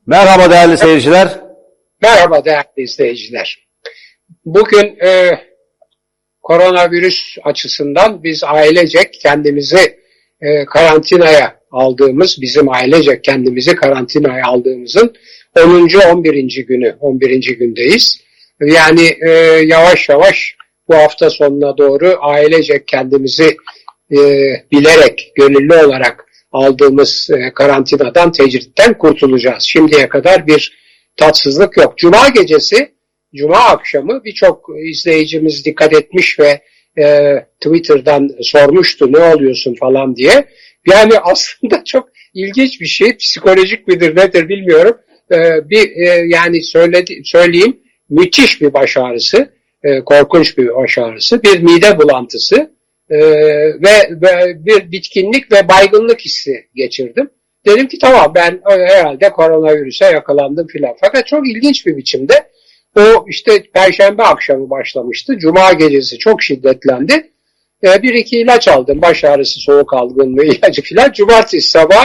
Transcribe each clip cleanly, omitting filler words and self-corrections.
Merhaba değerli seyirciler. Merhaba değerli izleyiciler. Bugün koronavirüs açısından biz ailecek kendimizi bizim ailecek kendimizi karantinaya aldığımızın 10. 11. günü, 11. gündeyiz. Yani yavaş yavaş bu hafta sonuna doğru ailecek kendimizi bilerek, gönüllü olarak aldığımız karantinadan, tecritten kurtulacağız. Şimdiye kadar bir tatsızlık yok. Cuma akşamı birçok izleyicimiz dikkat etmiş ve Twitter'dan sormuştu ne oluyorsun falan diye. Yani aslında çok ilginç bir şey. Psikolojik midir nedir bilmiyorum. Söyleyeyim, müthiş bir baş ağrısı, korkunç bir baş ağrısı, bir mide bulantısı ve bir bitkinlik ve baygınlık hissi geçirdim. Dedim ki tamam, ben herhalde koronavirüse yakalandım filan. Fakat çok ilginç bir biçimde o işte Perşembe akşamı başlamıştı. Cuma gecesi çok şiddetlendi. Bir iki ilaç aldım. Baş ağrısı, soğuk algınlığı ilacı filan. Cumartesi sabah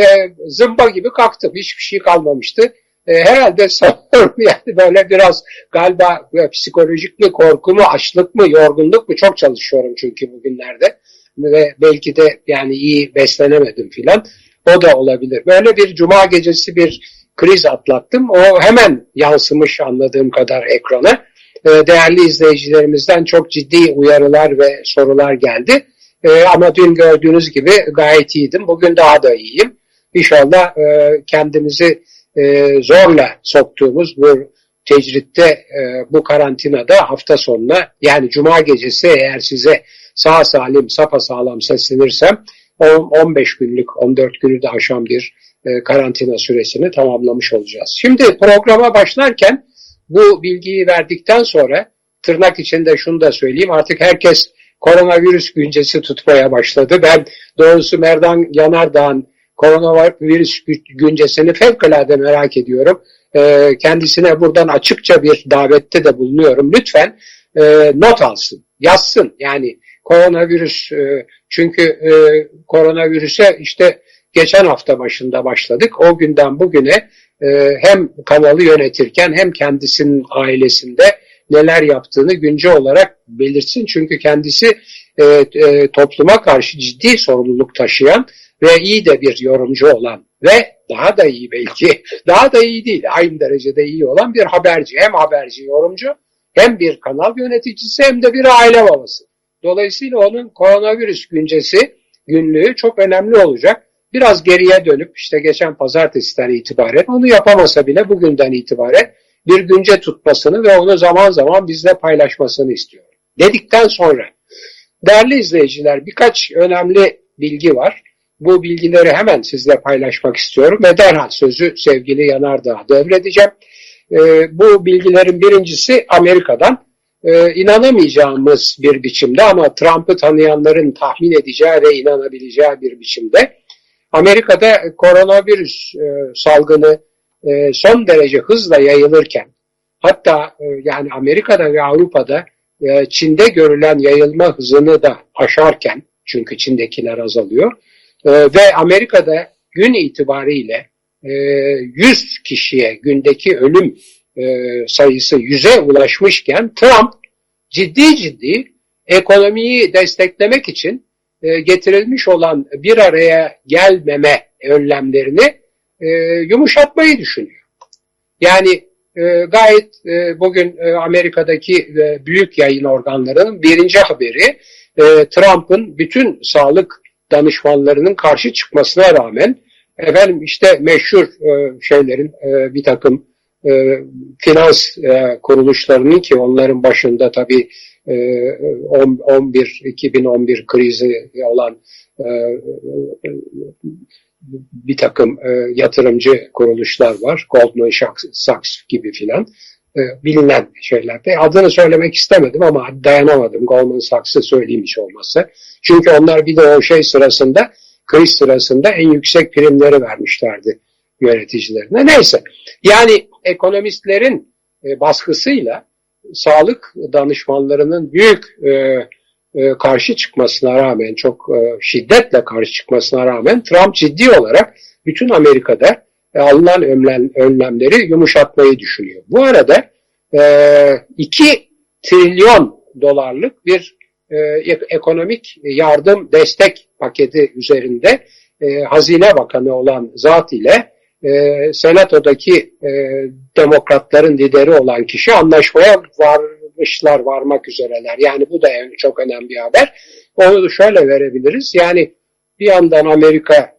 zımba gibi kalktım. Hiçbir şey kalmamıştı. Herhalde sanırım yani böyle biraz galiba psikolojik mi, korku mu, açlık mı, yorgunluk mu, çok çalışıyorum çünkü bugünlerde. Ve belki de yani iyi beslenemedim filan. O da olabilir. Böyle bir cuma gecesi bir kriz atlattım. O hemen yansımış anladığım kadar ekrana. Değerli izleyicilerimizden çok ciddi uyarılar ve sorular geldi. Ama dün gördüğünüz gibi gayet iyiydim. Bugün daha da iyiyim. İnşallah kendimizi zorla soktuğumuz bu tecritte, bu karantinada hafta sonuna, yani cuma gecesi eğer size sağ salim, sapasağlam seslenirsem 15 günlük, 14 günü de aşan bir karantina süresini tamamlamış olacağız. Şimdi programa başlarken bu bilgiyi verdikten sonra tırnak içinde şunu da söyleyeyim. Artık herkes koronavirüs güncesi tutmaya başladı. Ben doğrusu Merdan Yanardağ'ın koronavirüs güncesini fevkalade merak ediyorum. Kendisine buradan açıkça bir davette de bulunuyorum. Lütfen not alsın, yazsın. Yani koronavirüs, çünkü koronavirüse işte geçen hafta başında başladık. O günden bugüne hem kanalı yönetirken hem kendisinin ailesinde neler yaptığını güncel olarak belirtsin. Çünkü kendisi topluma karşı ciddi sorumluluk taşıyan ve iyi de bir yorumcu olan ve daha da iyi, belki daha da iyi değil, aynı derecede iyi olan bir haberci. Hem haberci, yorumcu, hem bir kanal yöneticisi, hem de bir aile babası. Dolayısıyla onun koronavirüs günlüğü çok önemli olacak. Biraz geriye dönüp işte geçen pazartesiden itibaren, onu yapamasa bile bugünden itibaren bir günce tutmasını ve onu zaman zaman bizle paylaşmasını istiyorum. Dedikten sonra değerli izleyiciler, birkaç önemli bilgi var. Bu bilgileri hemen sizle paylaşmak istiyorum ve derhal sözü sevgili Yanardağ'a devredeceğim. Bu bilgilerin birincisi Amerika'dan. İnanamayacağımız bir biçimde ama Trump'ı tanıyanların tahmin edeceği ve inanabileceği bir biçimde Amerika'da koronavirüs salgını son derece hızla yayılırken, hatta yani Amerika'da ve Avrupa'da Çin'de görülen yayılma hızını da aşarken, çünkü Çin'dekiler azalıyor ve Amerika'da gün itibariyle 100 kişiye gündeki ölüm sayısı 100'e ulaşmışken Trump ciddi ekonomiyi desteklemek için getirilmiş olan bir araya gelmeme önlemlerini yumuşatmayı düşünüyor. Yani gayet bugün Amerika'daki büyük yayın organlarının birinci haberi Trump'ın bütün sağlık danışmanlarının karşı çıkmasına rağmen işte meşhur şeylerin bir takım finans kuruluşlarının, ki onların başında tabii 2011 krizi olan bir takım yatırımcı kuruluşlar var. Goldman Sachs gibi filan bilinen şeylerde. Adını söylemek istemedim ama dayanamadım. Goldman Sachs'ı söyleyeyim hiç olmazsa. Çünkü onlar bir de o kriz sırasında en yüksek primleri vermişlerdi yöneticilerine. Neyse, yani ekonomistlerin baskısıyla sağlık danışmanlarının büyük karşı çıkmasına rağmen, çok şiddetle karşı çıkmasına rağmen Trump ciddi olarak bütün Amerika'da alınan önlemleri yumuşatmayı düşünüyor. Bu arada 2 trilyon dolarlık bir ekonomik yardım destek paketi üzerinde Hazine Bakanı olan zat ile Senato'daki demokratların lideri olan kişi anlaşmaya varmak üzereler. Yani bu da çok önemli bir haber. Onu da şöyle verebiliriz. Yani bir yandan Amerika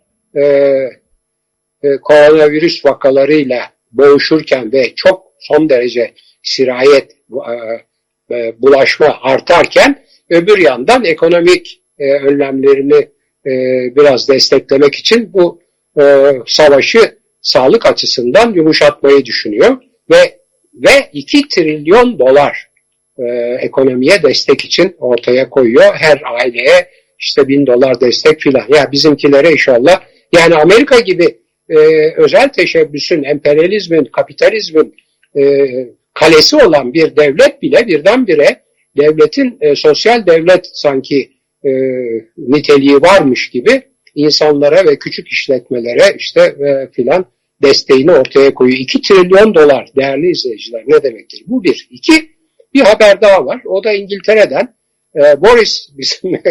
koronavirüs vakalarıyla boğuşurken ve çok son derece sirayet, bulaşma artarken öbür yandan ekonomik önlemlerini biraz desteklemek için bu savaşı sağlık açısından yumuşatmayı düşünüyor ve 2 trilyon dolar ekonomiye destek için ortaya koyuyor. Her aileye işte $1000 destek filan. Ya bizimkilere inşallah, yani Amerika gibi özel teşebbüsün, emperyalizmin, kapitalizmin kalesi olan bir devlet bile birdenbire devletin sosyal devlet sanki niteliği varmış gibi insanlara ve küçük işletmelere işte filan desteğini ortaya koyuyor. 2 trilyon dolar değerli izleyiciler, ne demektir? Bu bir. Bir haber daha var. O da İngiltere'den. Boris, bizim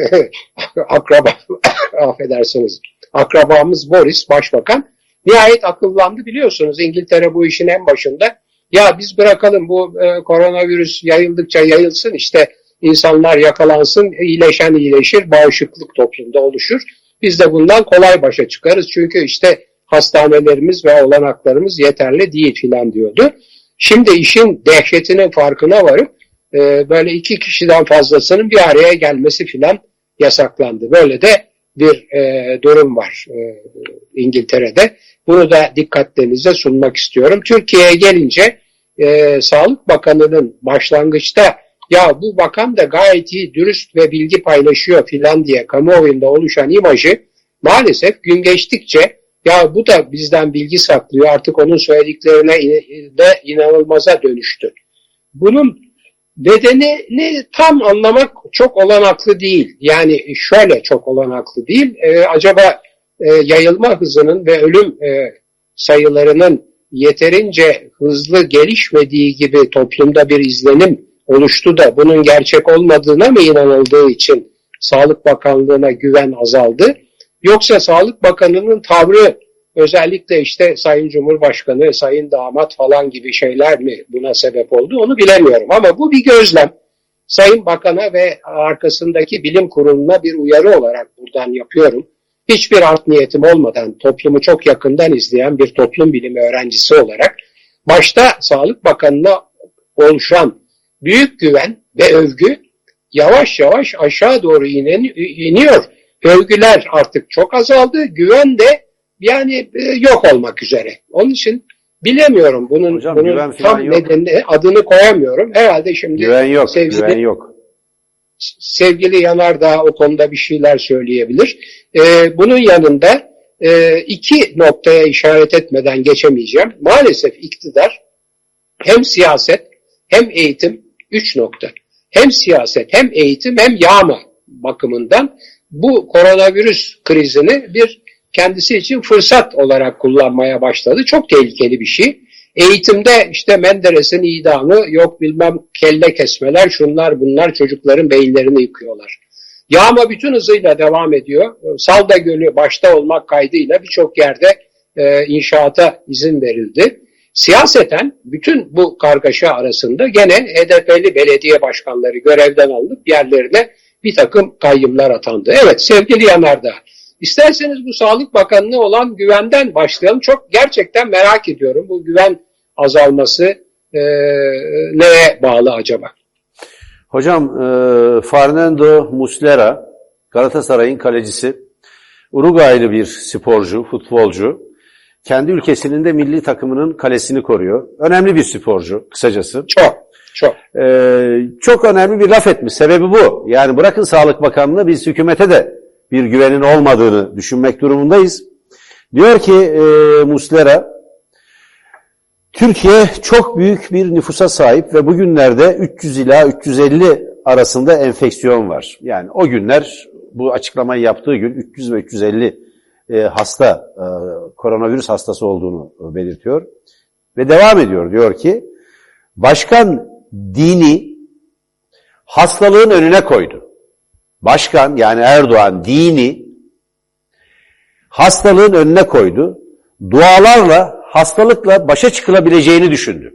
affedersiniz, akrabamız Boris Başbakan nihayet akıllandı, biliyorsunuz. İngiltere bu işin en başında. Ya biz bırakalım bu koronavirüs yayıldıkça yayılsın, işte insanlar yakalansın, iyileşen iyileşir, bağışıklık toplumda oluşur. Biz de bundan kolay başa çıkarız. Çünkü işte hastanelerimiz ve olanaklarımız yeterli değil filan diyordu. Şimdi işin dehşetinin farkına varıp böyle 2 kişiden fazlasının bir araya gelmesi filan yasaklandı. Böyle de bir durum var İngiltere'de. Bunu da dikkatlerinize sunmak istiyorum. Türkiye'ye gelince Sağlık Bakanı'nın başlangıçta ya bu bakan da gayet iyi, dürüst ve bilgi paylaşıyor filan diye kamuoyunda oluşan imajı maalesef gün geçtikçe ya bu da bizden bilgi saklıyor, artık onun söylediklerine de inanılmaza dönüştü. Bunun nedenini tam anlamak çok olanaklı değil. Yani şöyle çok olanaklı değil. Acaba yayılma hızının ve ölüm sayılarının yeterince hızlı gelişmediği gibi toplumda bir izlenim oluştu da bunun gerçek olmadığına mı inanıldığı için Sağlık Bakanlığı'na güven azaldı? Yoksa Sağlık Bakanı'nın tavrı, özellikle işte Sayın Cumhurbaşkanı, Sayın Damat falan gibi şeyler mi buna sebep oldu, onu bilemiyorum. Ama bu bir gözlem. Sayın Bakan'a ve arkasındaki bilim kuruluna bir uyarı olarak buradan yapıyorum. Hiçbir art niyetim olmadan toplumu çok yakından izleyen bir toplum bilimi öğrencisi olarak başta Sağlık Bakanı'na oluşan büyük güven ve övgü yavaş yavaş aşağı doğru iniyor. Övgüler artık çok azaldı, güven de yani yok olmak üzere. Onun için bilemiyorum bunun tam nedenini, adını koyamıyorum. Herhalde şimdi güven yok. Sevgili Yanardağ o konuda bir şeyler söyleyebilir. Bunun yanında 2 noktaya işaret etmeden geçemeyeceğim. Maalesef iktidar hem siyaset hem eğitim, 3 nokta. Hem siyaset hem eğitim hem yağma bakımından bu koronavirüs krizini bir kendisi için fırsat olarak kullanmaya başladı. Çok tehlikeli bir şey. Eğitimde işte Menderes'in idamı, yok bilmem kelle kesmeler, şunlar bunlar, çocukların beyinlerini yıkıyorlar. Yağma bütün hızıyla devam ediyor. Salda Gölü başta olmak kaydıyla birçok yerde inşaata izin verildi. Siyaseten bütün bu kargaşa arasında gene HDP'li belediye başkanları görevden alınıp yerlerine bir takım kayyımlar atandı. Evet sevgili Yanardağ, İsterseniz bu Sağlık Bakanı'na olan güvenden başlayalım. Çok gerçekten merak ediyorum. Bu güven azalması neye bağlı acaba? Hocam Fernando Muslera, Galatasaray'ın kalecisi, Uruguaylı bir sporcu, futbolcu. Kendi ülkesinin de milli takımının kalesini koruyor. Önemli bir sporcu kısacası. Çok. Çok önemli bir laf etmiş. Sebebi bu. Yani bırakın Sağlık Bakanlığı'na, biz hükümete de bir güvenin olmadığını düşünmek durumundayız. Diyor ki Muslera, Türkiye çok büyük bir nüfusa sahip ve bugünlerde 300 ila 350 arasında enfeksiyon var. Yani o günler, bu açıklamayı yaptığı gün 300 ve 350 koronavirüs hastası olduğunu belirtiyor. Ve devam ediyor, diyor ki, başkan dini hastalığın önüne koydu. Başkan, yani Erdoğan, dini hastalığın önüne koydu. Dualarla, hastalıkla başa çıkılabileceğini düşündü.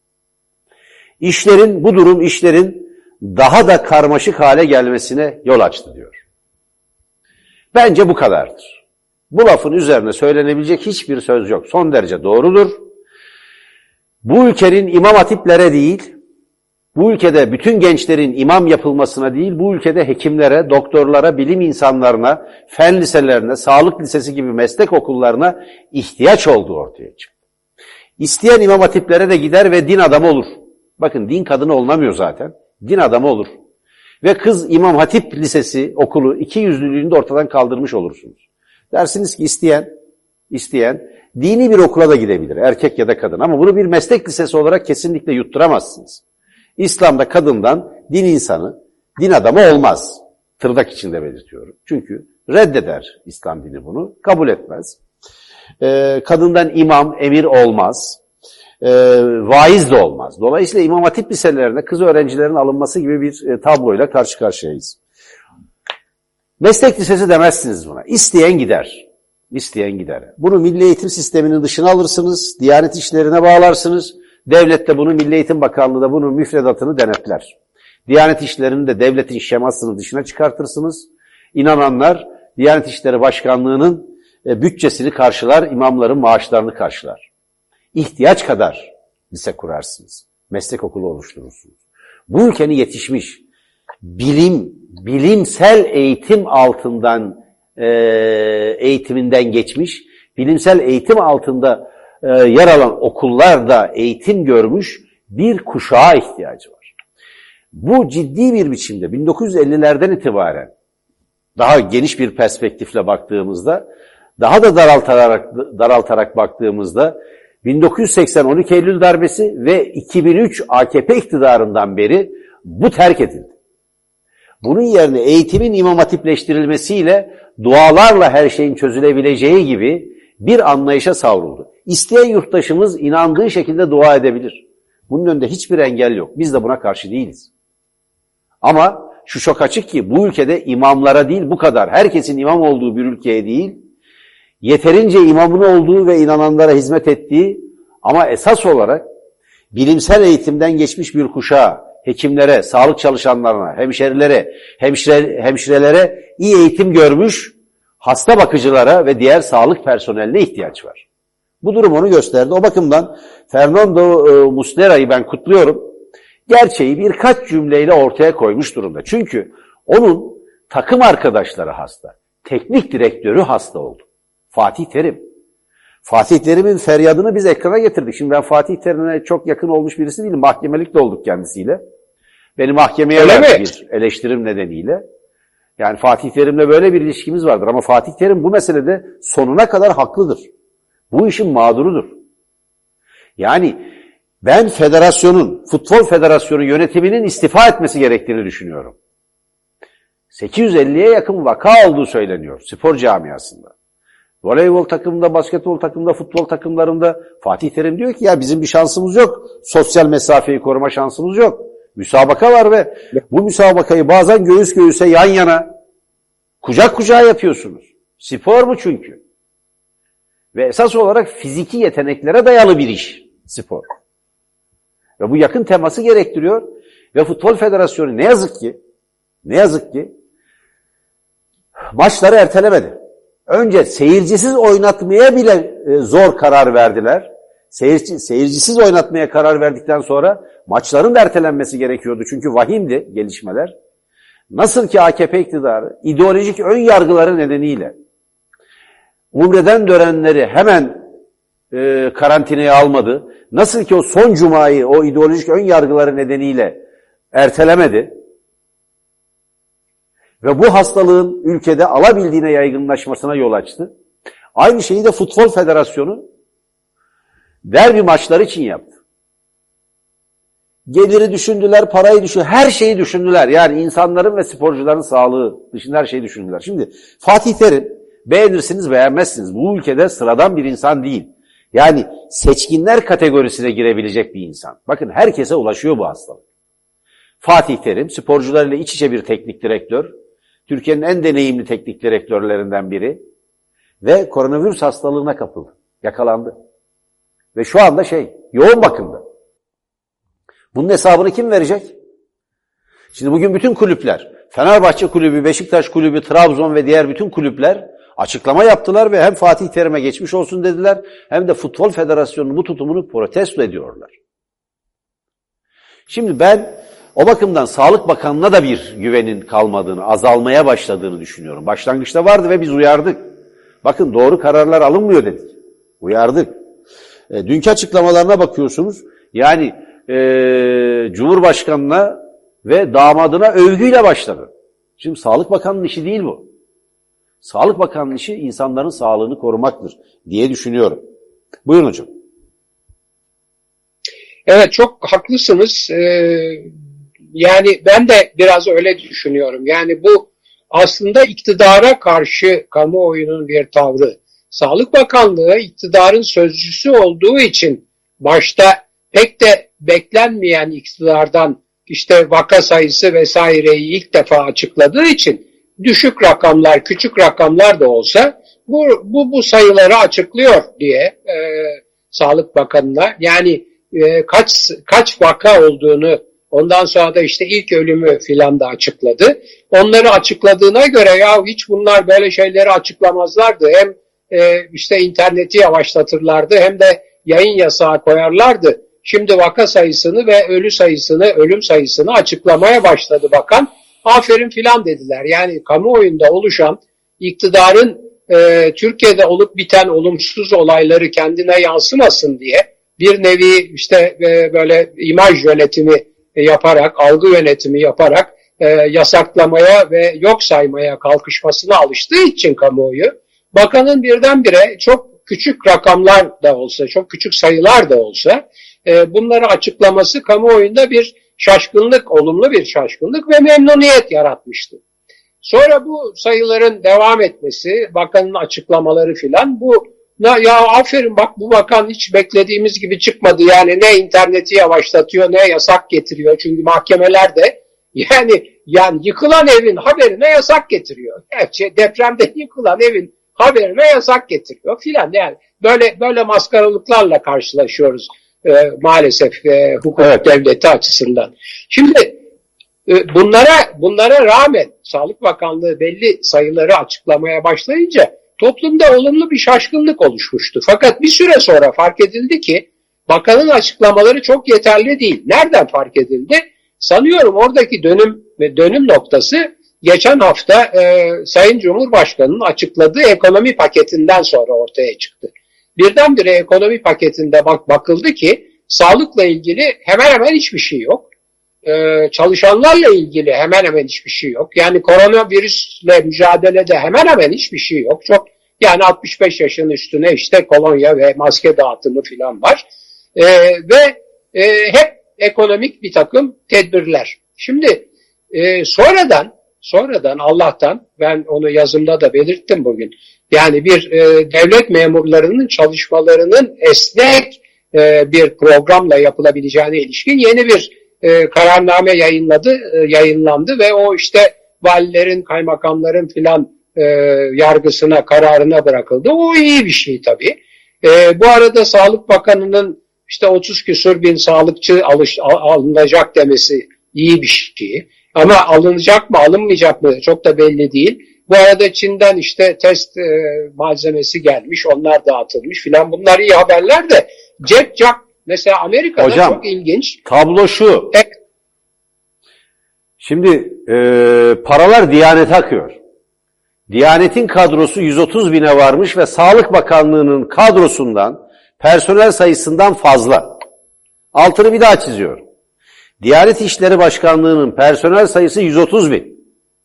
Bu durum işlerin daha da karmaşık hale gelmesine yol açtı, diyor. Bence bu kadardır. Bu lafın üzerine söylenebilecek hiçbir söz yok. Son derece doğrudur. Bu ülkenin imam hatiplere değil, bu ülkede bütün gençlerin imam yapılmasına değil, bu ülkede hekimlere, doktorlara, bilim insanlarına, fen liselerine, sağlık lisesi gibi meslek okullarına ihtiyaç olduğu ortaya çıktı. İsteyen imam hatiplere de gider ve din adamı olur. Bakın, din kadını olunamıyor zaten. Din adamı olur. Ve kız imam hatip lisesi, okulu, ikiyüzlülüğünü de ortadan kaldırmış olursunuz. Dersiniz ki isteyen dini bir okula da gidebilir, erkek ya da kadın. Ama bunu bir meslek lisesi olarak kesinlikle yutturamazsınız. İslam'da kadından din insanı, din adamı olmaz. Tırnak içinde belirtiyorum. Çünkü reddeder İslam dini bunu, kabul etmez. Kadından imam, emir olmaz. Vaiz de olmaz. Dolayısıyla İmam Hatip liselerine kız öğrencilerin alınması gibi bir tabloyla karşı karşıyayız. Meslek lisesi demezsiniz buna. İsteyen gider. İsteyen gider. Bunu milli eğitim sisteminin dışına alırsınız, Diyanet işlerine bağlarsınız. Devlet de bunu, Milli Eğitim Bakanlığı da bunun müfredatını denetler. Diyanet işlerini de devletin şemasının dışına çıkartırsınız. İnananlar Diyanet İşleri Başkanlığı'nın bütçesini karşılar, imamların maaşlarını karşılar. İhtiyaç kadar lise kurarsınız. Meslek okulu oluşturursunuz. Bu ülkenin yetişmiş, bilimsel eğitim eğitiminden geçmiş, bilimsel eğitim altında yer alan okullarda eğitim görmüş bir kuşağa ihtiyacı var. Bu ciddi bir biçimde 1950'lerden itibaren daha geniş bir perspektifle baktığımızda, daha da daraltarak baktığımızda 1980 12 Eylül darbesi ve 2003 AKP iktidarından beri bu terk edildi. Bunun yerine eğitimin imam hatipleştirilmesiyle dualarla her şeyin çözülebileceği gibi bir anlayışa savruldu. İsteyen yurttaşımız inandığı şekilde dua edebilir. Bunun önünde hiçbir engel yok. Biz de buna karşı değiliz. Ama şu çok açık ki bu ülkede imamlara değil, bu kadar herkesin imam olduğu bir ülkeye değil, yeterince imamın olduğu ve inananlara hizmet ettiği ama esas olarak bilimsel eğitimden geçmiş bir kuşağa, hekimlere, sağlık çalışanlarına, hemşirelere iyi eğitim görmüş hasta bakıcılara ve diğer sağlık personeline ihtiyaç var. Bu durum onu gösterdi. O bakımdan Fernando Muslera'yı ben kutluyorum. Gerçeği birkaç cümleyle ortaya koymuş durumda. Çünkü onun takım arkadaşları hasta. Teknik direktörü hasta oldu. Fatih Terim. Fatih Terim'in feryadını biz ekrana getirdik. Şimdi ben Fatih Terim'e çok yakın olmuş birisi değilim. Mahkemelik de olduk kendisiyle. Beni mahkemeye verdi bir eleştirim nedeniyle. Yani Fatih Terim'le böyle bir ilişkimiz vardır. Ama Fatih Terim bu meselede sonuna kadar haklıdır. Bu işin mağdurudur. Yani ben Futbol Federasyonu yönetiminin istifa etmesi gerektiğini düşünüyorum. 850'ye yakın vaka olduğu söyleniyor spor camiasında. Voleybol takımında, basketbol takımında, futbol takımlarında Fatih Terim diyor ki ya bizim bir şansımız yok. Sosyal mesafeyi koruma şansımız yok. Müsabaka var ve bu müsabakayı bazen göğüs göğüse yan yana, kucak kucağa yapıyorsunuz. Spor bu çünkü. Ve esas olarak fiziki yeteneklere dayalı bir iş spor. Ve bu yakın teması gerektiriyor. Ve Futbol Federasyonu ne yazık ki maçları ertelemedi. Önce seyircisiz oynatmaya bile zor karar verdiler. Seyircisiz oynatmaya karar verdikten sonra maçların da ertelenmesi gerekiyordu. Çünkü vahimdi gelişmeler. Nasıl ki AKP iktidarı ideolojik ön yargıları nedeniyle Umre'den dönenleri hemen karantinaya almadı. Nasıl ki o son cumayı o ideolojik ön yargıları nedeniyle ertelemedi. Ve bu hastalığın ülkede alabildiğine yaygınlaşmasına yol açtı. Aynı şeyi de Futbol Federasyonu derbi maçları için yaptı. Geliri düşündüler, parayı düşündüler, her şeyi düşündüler. Yani insanların ve sporcuların sağlığı dışında her şeyi düşündüler. Şimdi Fatih Terim Beğenirsiniz, beğenmezsiniz. Bu ülkede sıradan bir insan değil. Yani seçkinler kategorisine girebilecek bir insan. Bakın herkese ulaşıyor bu hastalık. Fatih Terim, sporcularıyla iç içe bir teknik direktör. Türkiye'nin en deneyimli teknik direktörlerinden biri. Ve koronavirüs hastalığına kapıldı. Yakalandı. Ve şu anda yoğun bakımda. Bunun hesabını kim verecek? Şimdi bugün bütün kulüpler, Fenerbahçe Kulübü, Beşiktaş Kulübü, Trabzon ve diğer bütün kulüpler açıklama yaptılar ve hem Fatih Terim'e geçmiş olsun dediler, hem de Futbol Federasyonu'nun bu tutumunu protesto ediyorlar. Şimdi ben o bakımdan Sağlık Bakanlığı'na da bir güvenin kalmadığını, azalmaya başladığını düşünüyorum. Başlangıçta vardı ve biz uyardık. Bakın doğru kararlar alınmıyor dedik. Uyardık. Dünkü açıklamalarına bakıyorsunuz. Yani Cumhurbaşkanı'na ve damadına övgüyle başladı. Şimdi Sağlık Bakanı'nın işi değil bu. Sağlık Bakanı'nın işi insanların sağlığını korumaktır diye düşünüyorum. Buyurun hocam. Evet, çok haklısınız. Yani ben de biraz öyle düşünüyorum. Yani bu aslında iktidara karşı kamuoyunun bir tavrı. Sağlık Bakanlığı iktidarın sözcüsü olduğu için başta pek de beklenmeyen iktidardan işte vaka sayısı vesaireyi ilk defa açıkladığı için düşük rakamlar, küçük rakamlar da olsa bu sayıları açıklıyor diye Sağlık Bakanı'na, yani kaç vaka olduğunu, ondan sonra da işte ilk ölümü filan da açıkladı. Onları açıkladığına göre ya hiç bunlar böyle şeyleri açıklamazlardı. Hem işte interneti yavaşlatırlardı hem de yayın yasağı koyarlardı. Şimdi vaka sayısını ve ölüm sayısını açıklamaya başladı bakan. Aferin filan dediler. Yani kamuoyunda oluşan iktidarın Türkiye'de olup biten olumsuz olayları kendine yansımasın diye bir nevi işte böyle imaj yönetimi yaparak, algı yönetimi yaparak yasaklamaya ve yok saymaya kalkışmasına alıştığı için kamuoyu, bakanın birdenbire çok küçük rakamlar da olsa, çok küçük sayılar da olsa bunları açıklaması kamuoyunda bir şaşkınlık, olumlu bir şaşkınlık ve memnuniyet yaratmıştı. Sonra bu sayıların devam etmesi, bakanın açıklamaları filan, ya aferin bak bu bakan hiç beklediğimiz gibi çıkmadı. Yani ne interneti yavaşlatıyor ne yasak getiriyor. Çünkü mahkemeler de yani yıkılan evin haberine yasak getiriyor. Depremde yıkılan evin haberine yasak getiriyor filan. Yani böyle maskaralıklarla karşılaşıyoruz maalesef hukuk devleti açısından. Şimdi bunlara rağmen Sağlık Bakanlığı belli sayıları açıklamaya başlayınca toplumda olumlu bir şaşkınlık oluşmuştu. Fakat bir süre sonra fark edildi ki bakanın açıklamaları çok yeterli değil. Nereden fark edildi? Sanıyorum oradaki dönüm noktası geçen hafta Sayın Cumhurbaşkanı'nın açıkladığı ekonomi paketinden sonra ortaya çıktı. Birdenbire ekonomi paketinde bakıldı ki sağlıkla ilgili hemen hemen hiçbir şey yok. Çalışanlarla ilgili hemen hemen hiçbir şey yok. Yani koronavirüsle mücadelede hemen hemen hiçbir şey yok. Yani 65 yaşın üstüne işte kolonya ve maske dağıtımı falan var. Ve hep ekonomik bir takım tedbirler. Şimdi sonradan Allah'tan, ben onu yazımda da belirttim bugün. Yani bir devlet memurlarının çalışmalarının esnek bir programla yapılabileceğine ilişkin yeni bir kararname yayınlandı ve o işte valilerin, kaymakamların filan yargısına, kararına bırakıldı. O iyi bir şey tabii. Bu arada Sağlık Bakanı'nın işte 30 küsur bin sağlıkçı alınacak demesi iyi bir şey. Ama alınacak mı, alınmayacak mı çok da belli değil. Bu arada Çin'den işte test malzemesi gelmiş, onlar dağıtılmış filan. Bunlar iyi haberler de cep mesela Amerika'da hocam, çok ilginç. Tablo şu. Şimdi paralar Diyanet'e akıyor. Diyanet'in kadrosu 130 bine varmış ve Sağlık Bakanlığı'nın kadrosundan, personel sayısından fazla. Altını bir daha çiziyorum. Diyanet İşleri Başkanlığı'nın personel sayısı 130 bin.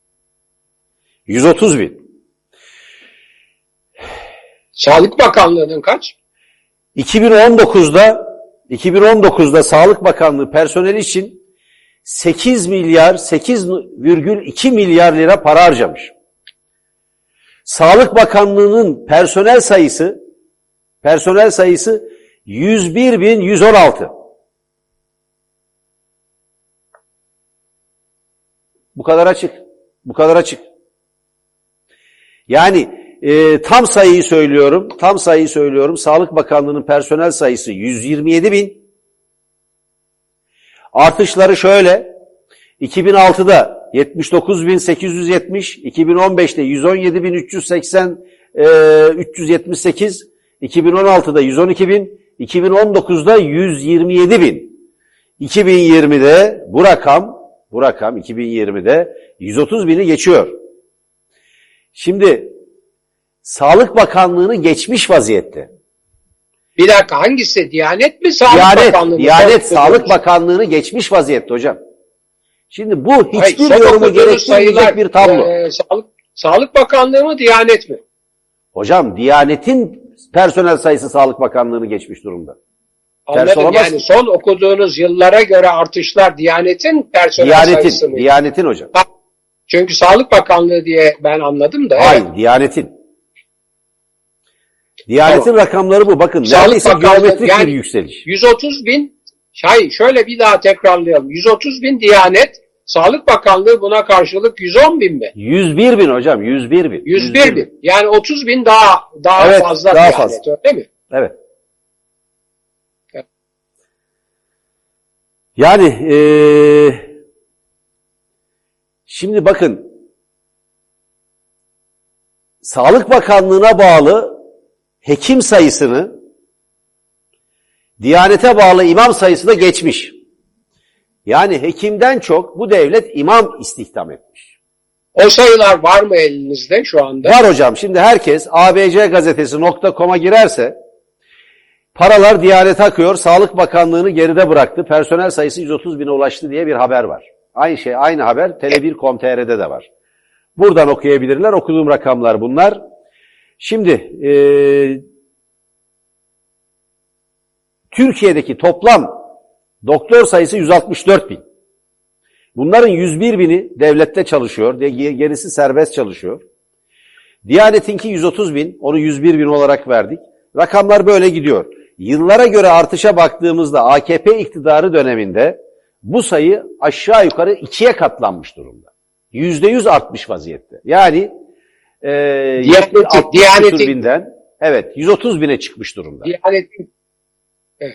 130 bin. Sağlık Bakanlığı'nın kaç? 2019'da Sağlık Bakanlığı personeli için 8,2 milyar lira para harcamış. Sağlık Bakanlığı'nın personel sayısı 101.116. Bu kadar açık. Bu kadar açık. Yani tam sayıyı söylüyorum. Sağlık Bakanlığı'nın personel sayısı 127.000. Artışları şöyle: 2006'da 79.870, 2015'te 117.378, 2016'da 112.000, 2019'da 127.000. 2020'de bu rakam 2020'de 130.000'i geçiyor. Şimdi Sağlık Bakanlığı'nı geçmiş vaziyette. Bir dakika, hangisi? Diyanet mi? Sağlık Bakanlığı mı? Diyanet Sağlık Bakanlığı'nı geçmiş vaziyette hocam. Şimdi bu hiçbir yorumu gerektirmeyecek bir tablo. Sağlık Bakanlığı mı, Diyanet mi? Hocam Diyanet'in personel sayısı Sağlık Bakanlığı'nı geçmiş durumda. Anladım, yani son okuduğunuz yıllara göre artışlar Diyanet'in personel sayısı mı? Diyanet'in hocam. Çünkü Sağlık Bakanlığı diye ben anladım da. Hayır, evet. Diyanet'in tamam. Rakamları bu. Bakın neredeyse geometrik bir yükseliş. 130.000, şöyle bir daha tekrarlayalım. 130.000 Diyanet, Sağlık Bakanlığı buna karşılık 110.000 mi? 101.000 hocam, 101.000. 101.000. Yani 30.000 daha evet, fazla daha Diyanet, fazla. öyle mi? Evet. Yani şimdi bakın, Sağlık Bakanlığı'na bağlı hekim sayısını Diyanet'e bağlı imam sayısı da geçmiş. Yani hekimden çok bu devlet imam istihdam etmiş. O sayılar var mı elinizde şu anda? Var hocam. Şimdi herkes abcgazetesi.com'a girerse paralar Diyanet'e akıyor. Sağlık Bakanlığı'nı geride bıraktı. Personel sayısı 130.000'e ulaştı diye bir haber var. Aynı haber Tele1.com.tr'de de var. Buradan okuyabilirler. Okuduğum rakamlar bunlar. Şimdi Türkiye'deki toplam doktor sayısı 164.000. Bunların 101.000'i devlette çalışıyor. Gerisi serbest çalışıyor. Diyanet'inki 130.000. Onu 101.000 olarak verdik. Rakamlar böyle gidiyor. Yıllara göre artışa baktığımızda AKP iktidarı döneminde bu sayı aşağı yukarı 2'ye katlanmış durumda. %100 artmış vaziyette. Yani Diyanet'in evet 130.000'e çıkmış durumda. Diyanet'in evet.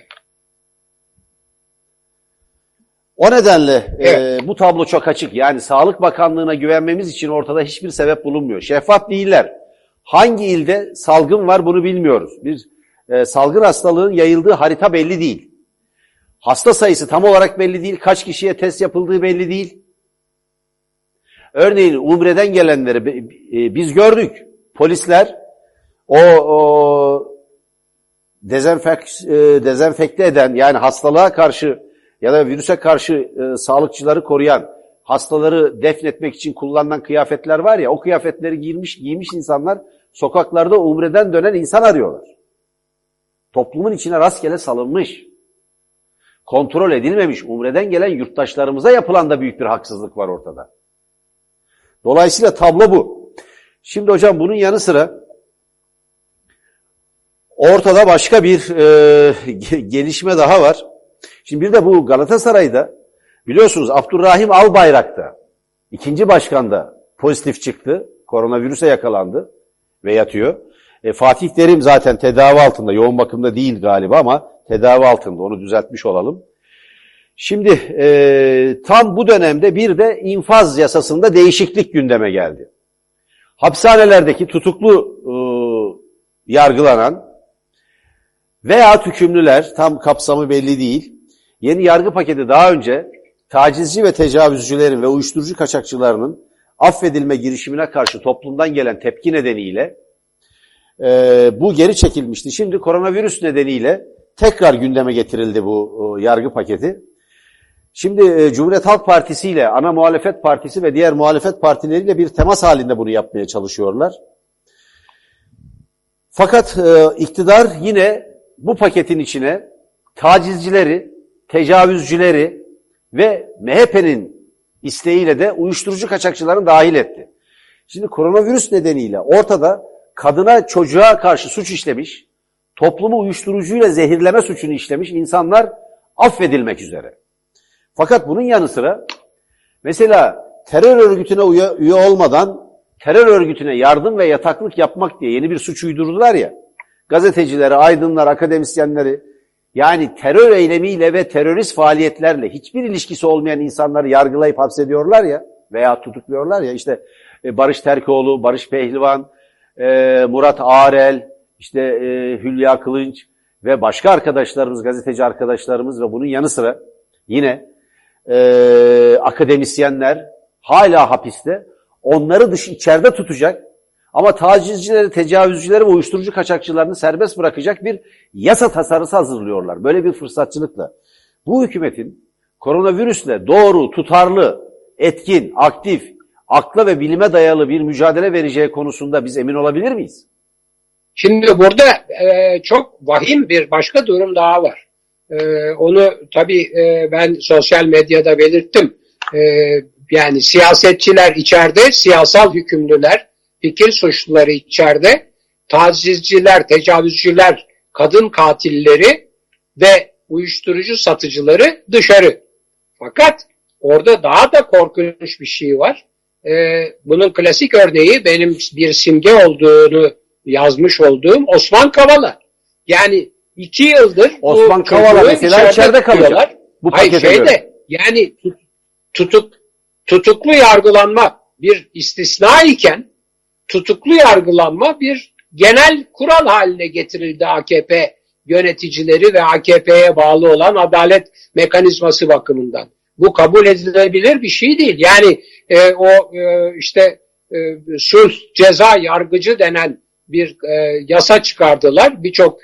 O nedenle bu tablo çok açık. Yani Sağlık Bakanlığı'na güvenmemiz için ortada hiçbir sebep bulunmuyor. Şeffaf değiller. Hangi ilde salgın var bunu bilmiyoruz. Bir salgın hastalığın yayıldığı harita belli değil. Hasta sayısı tam olarak belli değil. Kaç kişiye test yapıldığı belli değil. Örneğin Umre'den gelenleri biz gördük. Polisler dezenfekte eden, yani hastalığa karşı ya da virüse karşı sağlıkçıları koruyan, hastaları defnetmek için kullanılan kıyafetler var ya, o kıyafetleri giymiş insanlar sokaklarda Umre'den dönen insan arıyorlar. Toplumun içine rastgele salınmış. Kontrol edilmemiş. Umre'den gelen yurttaşlarımıza yapılan da büyük bir haksızlık var ortada. Dolayısıyla tablo bu. Şimdi hocam bunun yanı sıra ortada başka bir gelişme daha var. Şimdi bir de bu Galatasaray'da biliyorsunuz Abdurrahim Albayrak'ta, ikinci başkan da pozitif çıktı. Koronavirüse yakalandı ve yatıyor. Fatih Terim zaten tedavi altında, yoğun bakımda değil galiba ama tedavi altında, onu düzeltmiş olalım. Şimdi tam bu dönemde bir de infaz yasasında değişiklik gündeme geldi. Hapishanelerdeki tutuklu yargılanan veya hükümlüler, tam kapsamı belli değil, yeni yargı paketi daha önce tacizci ve tecavüzcülerin ve uyuşturucu kaçakçılarının affedilme girişimine karşı toplumdan gelen tepki nedeniyle bu geri çekilmişti. Şimdi koronavirüs nedeniyle tekrar gündeme getirildi bu yargı paketi. Şimdi Cumhuriyet Halk Partisi ile ana muhalefet partisi ve diğer muhalefet partileriyle bir temas halinde bunu yapmaya çalışıyorlar. Fakat iktidar yine bu paketin içine tacizcileri, tecavüzcüleri ve MHP'nin isteğiyle de uyuşturucu kaçakçılarını dahil etti. Şimdi koronavirüs nedeniyle ortada kadına, çocuğa karşı suç işlemiş, toplumu uyuşturucuyla zehirleme suçunu işlemiş insanlar affedilmek üzere. Fakat bunun yanı sıra mesela terör örgütüne üye olmadan terör örgütüne yardım ve yataklık yapmak diye yeni bir suç uydurdular ya. Gazetecileri, aydınlar, akademisyenleri, yani terör eylemiyle ve terörist faaliyetlerle hiçbir ilişkisi olmayan insanları yargılayıp hapsediyorlar ya veya tutukluyorlar ya. İşte Barış Terkoğlu, Barış Pehlivan, Murat Ağrel, işte Hülya Kılınç ve başka arkadaşlarımız, gazeteci arkadaşlarımız ve bunun yanı sıra yine akademisyenler hala hapiste. Onları içeride tutacak ama tacizcileri, tecavüzcüleri ve uyuşturucu kaçakçılarını serbest bırakacak bir yasa tasarısı hazırlıyorlar. Böyle bir fırsatçılıkla. Bu hükümetin koronavirüsle doğru, tutarlı, etkin, aktif, akla ve bilime dayalı bir mücadele vereceği konusunda biz emin olabilir miyiz? Şimdi burada çok vahim bir başka durum daha var. Onu tabii ben sosyal medyada belirttim. Yani siyasetçiler içeride, siyasal hükümlüler, fikir suçluları içeride, tacizciler, tecavüzcüler, kadın katilleri ve uyuşturucu satıcıları dışarı. Fakat orada daha da korkunç bir şey var. Bunun klasik örneği benim bir simge olduğunu yazmış olduğum Osman Kavala. Yani 2 yıldır Osman Kavala mesela içeride kalacak. Bu pakete göre. Yani tutuklu yargılanma bir istisna iken tutuklu yargılanma bir genel kural haline getirildi AKP yöneticileri ve AKP'ye bağlı olan adalet mekanizması bakımından. Bu kabul edilebilir bir şey değil. Yani sulh ceza yargıcı denen bir yasa çıkardılar. Birçok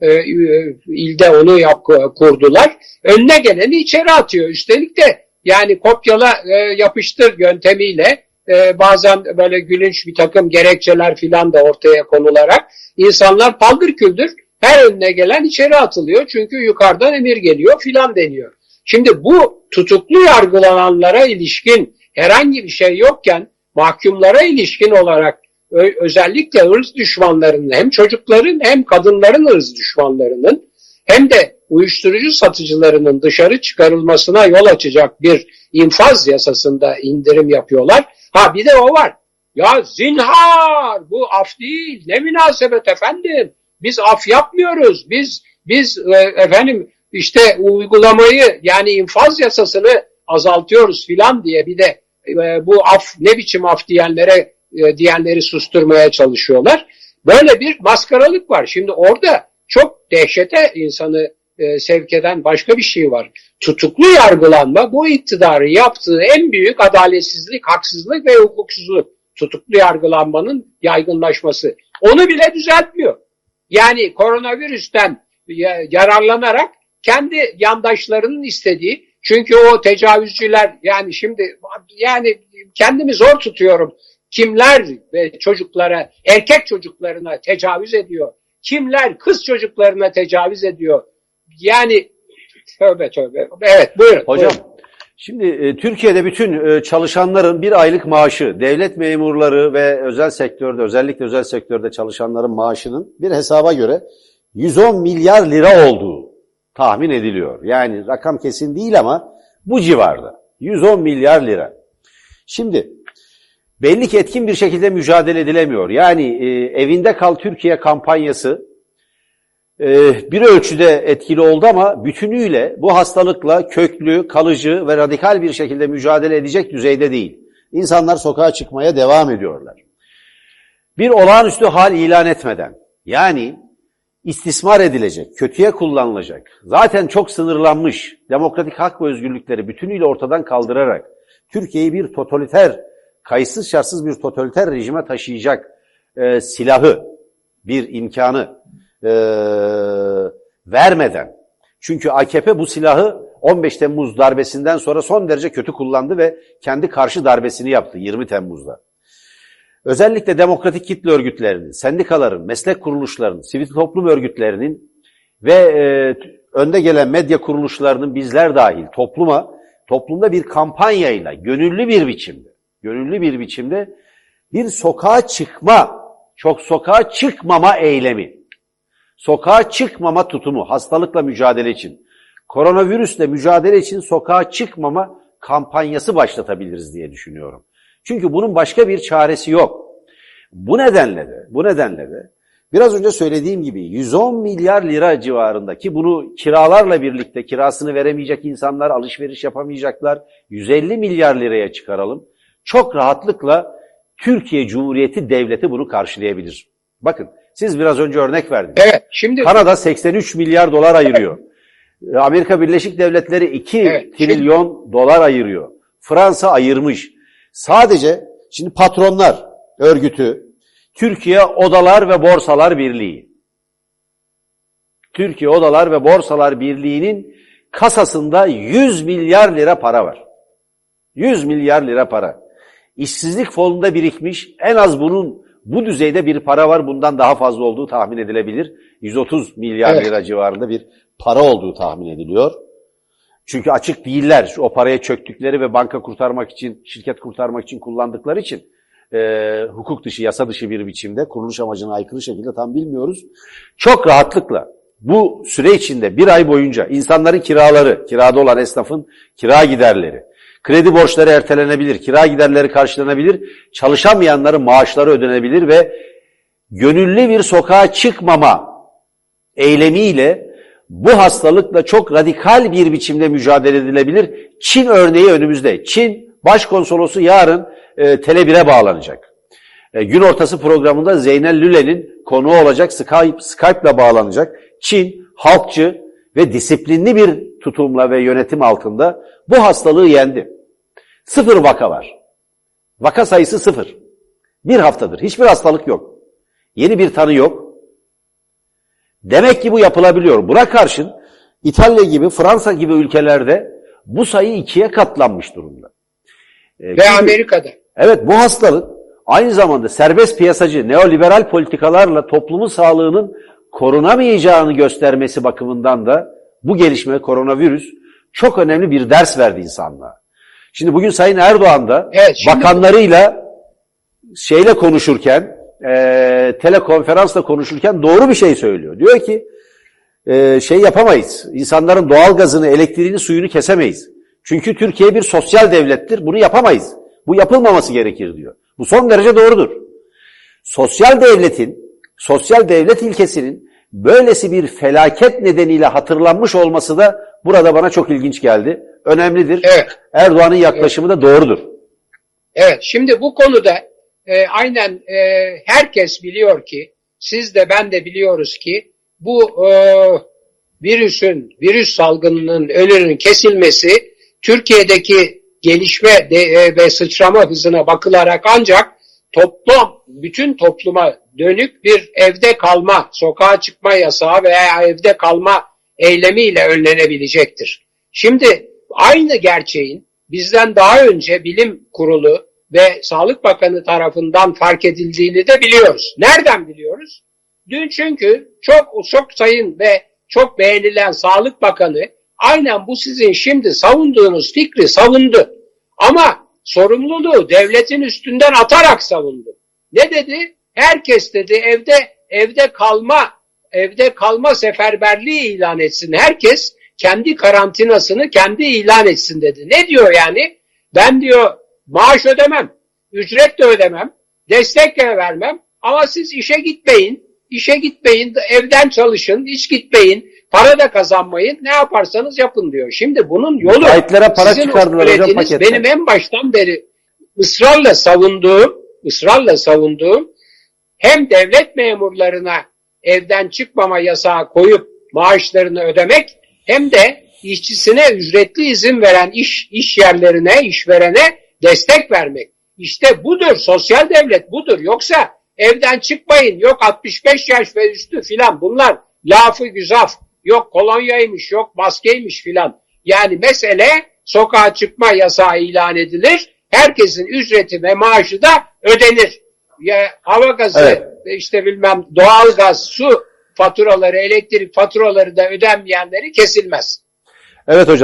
ilde onu kurdular. Önüne geleni içeri atıyor. Üstelik de yani kopyala yapıştır yöntemiyle bazen böyle gülünç bir takım gerekçeler filan da ortaya konularak insanlar paldır küldür her önüne gelen içeri atılıyor. Çünkü yukarıdan emir geliyor filan deniyor. Şimdi bu tutuklu yargılananlara ilişkin herhangi bir şey yokken mahkumlara ilişkin olarak özellikle ırz düşmanlarının hem çocukların hem kadınların ırz düşmanlarının hem de uyuşturucu satıcılarının dışarı çıkarılmasına yol açacak bir infaz yasasında indirim yapıyorlar. Ha bir de o var. Ya zinhar bu af değil. Ne münasebet efendim. Biz af yapmıyoruz. Biz efendim işte uygulamayı yani infaz yasasını azaltıyoruz filan diye bir de bu af ne biçim af diyenleri susturmaya çalışıyorlar. Böyle bir maskaralık var. Şimdi orada çok dehşete insanı sevk eden başka bir şey var. Tutuklu yargılanma bu iktidarın yaptığı en büyük adaletsizlik, haksızlık ve hukuksuzluk. Tutuklu yargılanmanın yaygınlaşması. Onu bile düzeltmiyor. Yani koronavirüsten yararlanarak kendi yandaşlarının istediği, çünkü o tecavüzcüler yani kendimi zor tutuyorum. Kimler çocuklara, erkek çocuklarına tecavüz ediyor? Kimler kız çocuklarına tecavüz ediyor? Yani tövbe. Evet buyurun. Hocam buyurun. şimdi Türkiye'de bütün çalışanların bir aylık maaşı, devlet memurları ve özel sektörde, özellikle özel sektörde çalışanların maaşının bir hesaba göre 110 milyar lira olduğu tahmin ediliyor. Yani rakam kesin değil ama bu civarda. 110 milyar lira. Şimdi belli ki etkin bir şekilde mücadele edilemiyor. Yani evinde kal Türkiye kampanyası bir ölçüde etkili oldu ama bütünüyle bu hastalıkla köklü, kalıcı ve radikal bir şekilde mücadele edecek düzeyde değil. İnsanlar sokağa çıkmaya devam ediyorlar. Bir olağanüstü hal ilan etmeden, yani istismar edilecek, kötüye kullanılacak, zaten çok sınırlanmış demokratik hak ve özgürlükleri bütünüyle ortadan kaldırarak Türkiye'yi bir totaliter, kayıtsız şartsız bir totaliter rejime taşıyacak silahı, bir imkanı vermeden, çünkü AKP bu silahı 15 Temmuz darbesinden sonra son derece kötü kullandı ve kendi karşı darbesini yaptı 20 Temmuz'da. Özellikle demokratik kitle örgütlerinin, sendikaların, meslek kuruluşlarının, sivil toplum örgütlerinin ve önde gelen medya kuruluşlarının bizler dahil toplumda bir kampanyayla, gönüllü bir biçimde bir sokağa çıkma, çok sokağa çıkmama eylemi, sokağa çıkmama tutumu, hastalıkla mücadele için, koronavirüsle mücadele için sokağa çıkmama kampanyası başlatabiliriz diye düşünüyorum. Çünkü bunun başka bir çaresi yok. Bu nedenle de biraz önce söylediğim gibi 110 milyar lira civarında, ki bunu kiralarla birlikte, kirasını veremeyecek insanlar, alışveriş yapamayacaklar, 150 milyar liraya çıkaralım. Çok rahatlıkla Türkiye Cumhuriyeti Devleti bunu karşılayabilir. Bakın, siz biraz önce örnek verdiniz. Evet, şimdi Kanada 83 milyar dolar ayırıyor. Amerika Birleşik Devletleri 2 trilyon dolar ayırıyor. Fransa ayırmış. Sadece şimdi Patronlar Örgütü, Türkiye Odalar ve Borsalar Birliği. Türkiye Odalar ve Borsalar Birliği'nin kasasında 100 milyar lira para var. 100 milyar lira para. İşsizlik fonunda birikmiş, en az bu düzeyde bir para var. Bundan daha fazla olduğu tahmin edilebilir. 130 milyar lira civarında bir para olduğu tahmin ediliyor. Çünkü açık değiller. O paraya çöktükleri ve banka kurtarmak için, şirket kurtarmak için kullandıkları için hukuk dışı, yasa dışı bir biçimde, kuruluş amacına aykırı şekilde, tam bilmiyoruz. Çok rahatlıkla bu süre içinde bir ay boyunca insanların kiraları, kirada olan esnafın kira giderleri, kredi borçları ertelenebilir, kira giderleri karşılanabilir, çalışamayanların maaşları ödenebilir ve gönüllü bir sokağa çıkmama eylemiyle bu hastalıkla çok radikal bir biçimde mücadele edilebilir. Çin örneği önümüzde. Çin Başkonsolosu yarın Tele1'e bağlanacak. Gün ortası programında Zeynel Lüle'nin konuğu olacak, Skype'la bağlanacak. Çin halkçı ve disiplinli bir tutumla ve yönetim altında bu hastalığı yendi. 0 vaka var. Vaka sayısı 0. Bir haftadır. Hiçbir hastalık yok. Yeni bir tanı yok. Demek ki bu yapılabiliyor. Buna karşın İtalya gibi, Fransa gibi ülkelerde bu sayı 2'ye katlanmış durumda. Ve Amerika'da. Evet, bu hastalık aynı zamanda serbest piyasacı, neoliberal politikalarla toplumun sağlığının korunamayacağını göstermesi bakımından da bu gelişme, koronavirüs, çok önemli bir ders verdi insanlığa. Şimdi bugün Sayın Erdoğan da bakanlarıyla konuşurken, telekonferansla konuşurken doğru bir şey söylüyor. Diyor ki yapamayız. İnsanların doğalgazını, elektriğini, suyunu kesemeyiz. Çünkü Türkiye bir sosyal devlettir. Bunu yapamayız. Bu yapılmaması gerekir diyor. Bu son derece doğrudur. Sosyal devlet ilkesinin böylesi bir felaket nedeniyle hatırlanmış olması da burada bana çok ilginç geldi. Önemlidir. Evet. Erdoğan'ın yaklaşımı da doğrudur. Evet, şimdi bu konuda aynen herkes biliyor ki, siz de ben de biliyoruz ki bu virüs salgınının önünün kesilmesi Türkiye'deki gelişme ve sıçrama hızına bakılarak ancak bütün topluma dönük bir evde kalma, sokağa çıkma yasağı veya evde kalma eylemiyle önlenebilecektir. Şimdi aynı gerçeğin bizden daha önce Bilim Kurulu ve Sağlık Bakanı tarafından fark edildiğini de biliyoruz. Nereden biliyoruz? Dün çünkü çok sayın ve çok beğenilen Sağlık Bakanı aynen bu sizin şimdi savunduğunuz fikri savundu. Ama sorumluluğu devletin üstünden atarak savundu. Ne dedi? Herkes dedi evde kalma seferberliği ilan etsin. Herkes kendi karantinasını kendi ilan etsin dedi. Ne diyor yani? Ben diyor maaş ödemem, ücret de ödemem, destek de vermem ama siz işe gitmeyin, evden çalışın, hiç gitmeyin, para da kazanmayın, ne yaparsanız yapın diyor. Şimdi bunun yolu Müteahhitlere para sizin çıkardılar hocam paketten. benim en baştan beri ısrarla savunduğum hem devlet memurlarına evden çıkmama yasağı koyup maaşlarını ödemek hem de işçisine ücretli izin veren iş yerlerine, işverene destek vermek. İşte budur, sosyal devlet budur. Yoksa evden çıkmayın, yok 65 yaş ve üstü filan, bunlar lafı güzaf, yok kolonyaymış, yok maskeymiş filan. Yani mesele sokağa çıkma yasağı ilan edilir, herkesin ücreti ve maaşı da ödenir. Ya, hava gazı, işte bilmem doğalgaz, su faturaları, elektrik faturaları da ödenmeyenleri kesilmez. Evet hocam.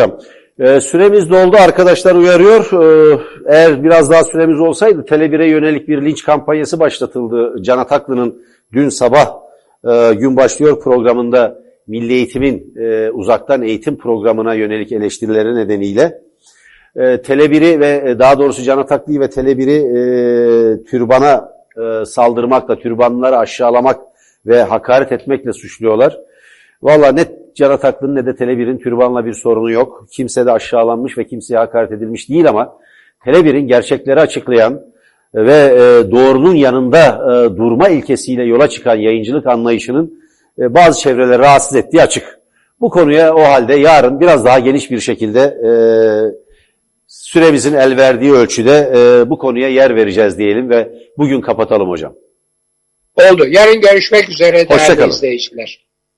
Süremiz doldu, arkadaşlar uyarıyor. Eğer biraz daha süremiz olsaydı Tele1'e yönelik bir linç kampanyası başlatıldı. Can Ataklı'nın dün sabah Gün Başlıyor programında Milli Eğitim'in uzaktan eğitim programına yönelik eleştirileri nedeniyle Tele1'i ve daha doğrusu Can Ataklı'yı ve Tele1'i türbana saldırmakla, türbanları aşağılamak ve hakaret etmekle suçluyorlar. Vallahi ne Can Ataklı'nın ne de Tele1'in türbanla bir sorunu yok. Kimse de aşağılanmış ve kimseye hakaret edilmiş değil ama Tele1'in gerçekleri açıklayan ve doğrunun yanında durma ilkesiyle yola çıkan yayıncılık anlayışının bazı çevreleri rahatsız ettiği açık. Bu konuya o halde yarın biraz daha geniş bir şekilde süremizin el verdiği ölçüde bu konuya yer vereceğiz diyelim ve bugün kapatalım hocam. Oldu. Yarın görüşmek üzere değerli Hoşça kalın. izleyiciler.